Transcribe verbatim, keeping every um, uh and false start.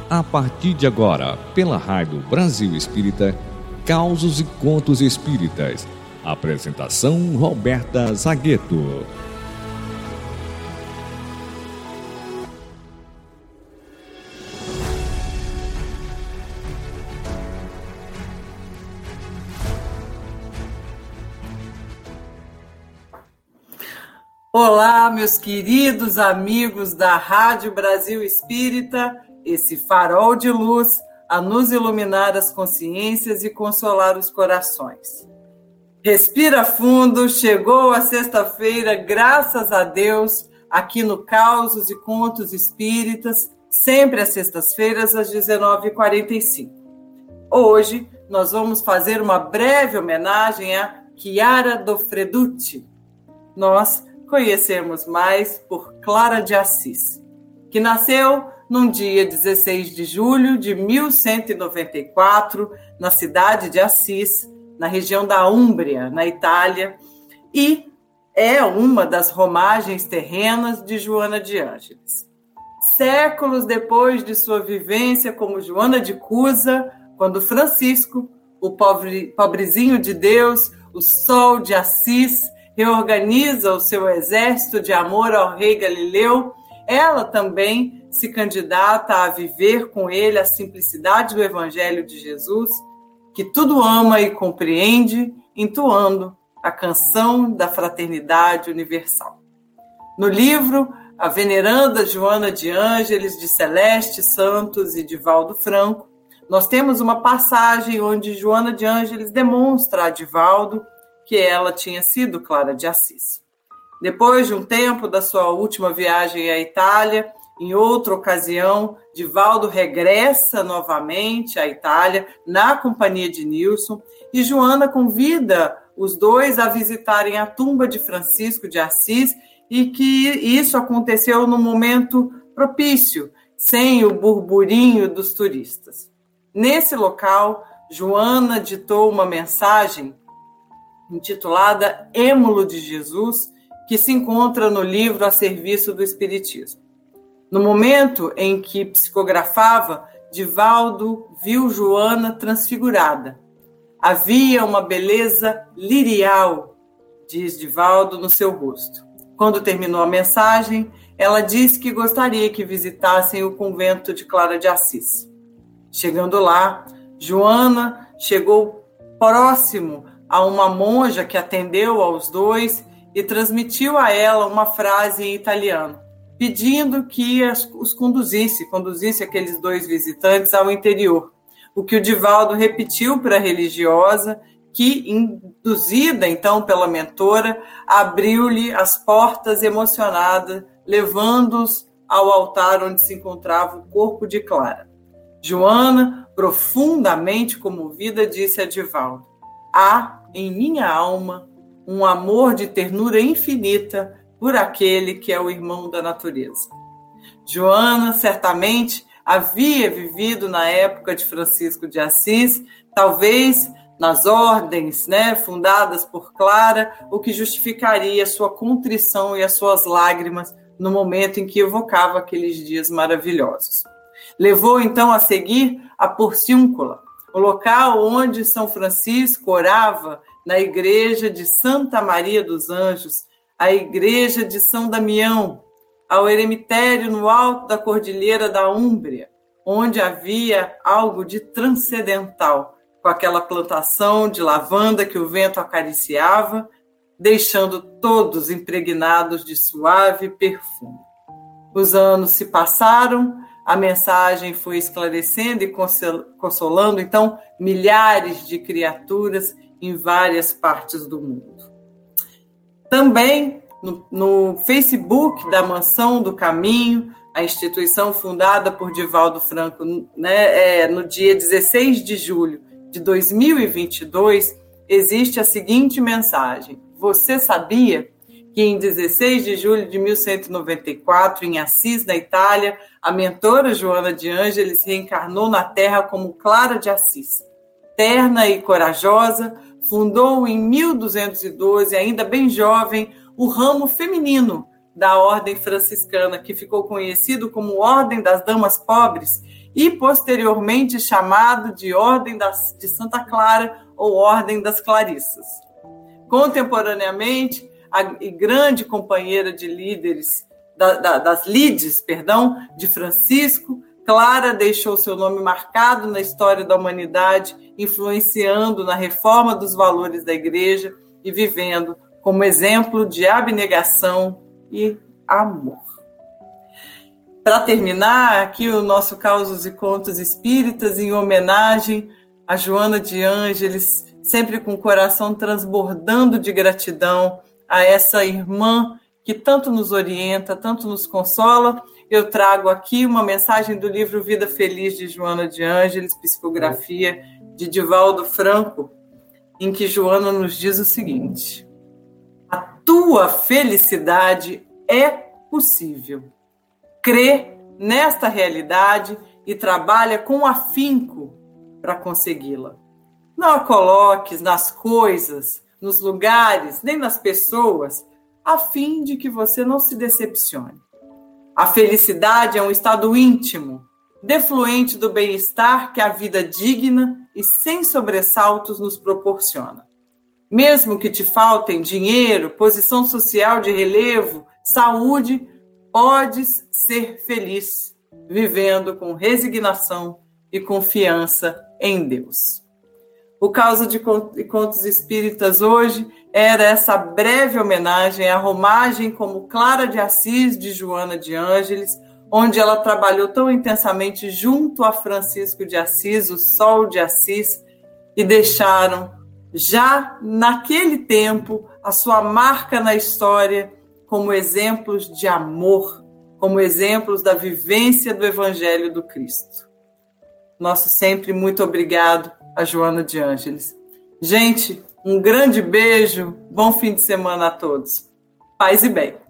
A partir de agora, pela Rádio Brasil Espírita, Causos e Contos Espíritas. Apresentação Roberta Zagueto. Olá, meus queridos amigos da Rádio Brasil Espírita, esse farol de luz a nos iluminar as consciências e consolar os corações. Respira fundo, chegou a sexta-feira, graças a Deus, aqui no Causos e Contos Espíritas, sempre às sextas-feiras, às dezenove e quarenta e cinco. Hoje, nós vamos fazer uma breve homenagem a Chiara do Freducci. Nós conhecemos mais por Clara de Assis, que nasceu num dia dezesseis de julho de mil cento e noventa e quatro, na cidade de Assis, na região da Úmbria, na Itália, e é uma das romagens terrenas de Joana de Ângeles. Séculos depois de sua vivência como Joana de Cusa, quando Francisco, o pobre, pobrezinho de Deus, o sol de Assis, reorganiza o seu exército de amor ao rei Galileu, ela também se candidata a viver com ele a simplicidade do Evangelho de Jesus, que tudo ama e compreende, entoando a canção da fraternidade universal. No livro, a veneranda Joana de Ângeles, de Celeste Santos e de Divaldo Franco, nós temos uma passagem onde Joana de Ângeles demonstra a Divaldo que ela tinha sido Clara de Assis. Depois de um tempo da sua última viagem à Itália, em outra ocasião, Divaldo regressa novamente à Itália, na companhia de Nilson, e Joana convida os dois a visitarem a tumba de Francisco de Assis, e que isso aconteceu num momento propício, sem o burburinho dos turistas. Nesse local, Joana ditou uma mensagem intitulada Êmulo de Jesus, que se encontra no livro A Serviço do Espiritismo. No momento em que psicografava, Divaldo viu Joana transfigurada. Havia uma beleza lirial, diz Divaldo, no seu rosto. Quando terminou a mensagem, ela disse que gostaria que visitassem o convento de Clara de Assis. Chegando lá, Joana chegou próximo a uma monja que atendeu aos dois e transmitiu a ela uma frase em italiano, pedindo que os conduzisse, conduzisse aqueles dois visitantes ao interior, o que o Divaldo repetiu para a religiosa, que, induzida então pela mentora, abriu-lhe as portas emocionada, levando-os ao altar onde se encontrava o corpo de Clara. Joana, profundamente comovida, disse a Divaldo: há em minha alma um amor de ternura infinita por aquele que é o irmão da natureza. Joana, certamente, havia vivido na época de Francisco de Assis, talvez nas ordens, né, fundadas por Clara, o que justificaria sua contrição e as suas lágrimas no momento em que evocava aqueles dias maravilhosos. Levou, então, a seguir a Porciúncula, o local onde São Francisco orava na igreja de Santa Maria dos Anjos, a igreja de São Damião, ao eremitério no alto da Cordilheira da Úmbria, onde havia algo de transcendental, com aquela plantação de lavanda que o vento acariciava, deixando todos impregnados de suave perfume. Os anos se passaram, a mensagem foi esclarecendo e consolando, então, milhares de criaturas em várias partes do mundo. Também, no, no Facebook da Mansão do Caminho, a instituição fundada por Divaldo Franco, né, é, no dia dezesseis de julho de dois mil e vinte e dois, existe a seguinte mensagem: você sabia que em dezesseis de julho de mil cento e noventa e quatro, em Assis, na Itália, a mentora Joana de Ângeles reencarnou na Terra como Clara de Assis. Terna e corajosa, fundou em mil duzentos e doze, ainda bem jovem, o ramo feminino da Ordem Franciscana, que ficou conhecido como Ordem das Damas Pobres, e posteriormente chamado de Ordem das, de Santa Clara ou Ordem das Clarissas. Contemporaneamente, a grande companheira de líderes, da, da, das lides, perdão, de Francisco, Clara deixou seu nome marcado na história da humanidade, influenciando na reforma dos valores da Igreja e vivendo como exemplo de abnegação e amor. Para terminar, aqui o nosso Causos e Contos Espíritas, em homenagem a Joana de Ângeles, sempre com o coração transbordando de gratidão a essa irmã que tanto nos orienta, tanto nos consola. Eu trago aqui uma mensagem do livro Vida Feliz de Joana de Ângeles, psicografia de Divaldo Franco, em que Joana nos diz o seguinte: a tua felicidade é possível. Crê nesta realidade e trabalha com afinco para consegui-la. Não a coloques nas coisas, nos lugares, nem nas pessoas, a fim de que você não se decepcione. A felicidade é um estado íntimo, defluente do bem-estar que a vida digna e sem sobressaltos nos proporciona. Mesmo que te faltem dinheiro, posição social de relevo, saúde, podes ser feliz, vivendo com resignação e confiança em Deus. O Causa de Contos Espíritas hoje era essa breve homenagem à romagem como Clara de Assis, de Joana de Ângeles, onde ela trabalhou tão intensamente junto a Francisco de Assis, o Sol de Assis, e deixaram, já naquele tempo, a sua marca na história como exemplos de amor, como exemplos da vivência do Evangelho do Cristo. Nosso sempre muito obrigado a Joana de Ângeles. Gente, um grande beijo, bom fim de semana a todos. Paz e bem.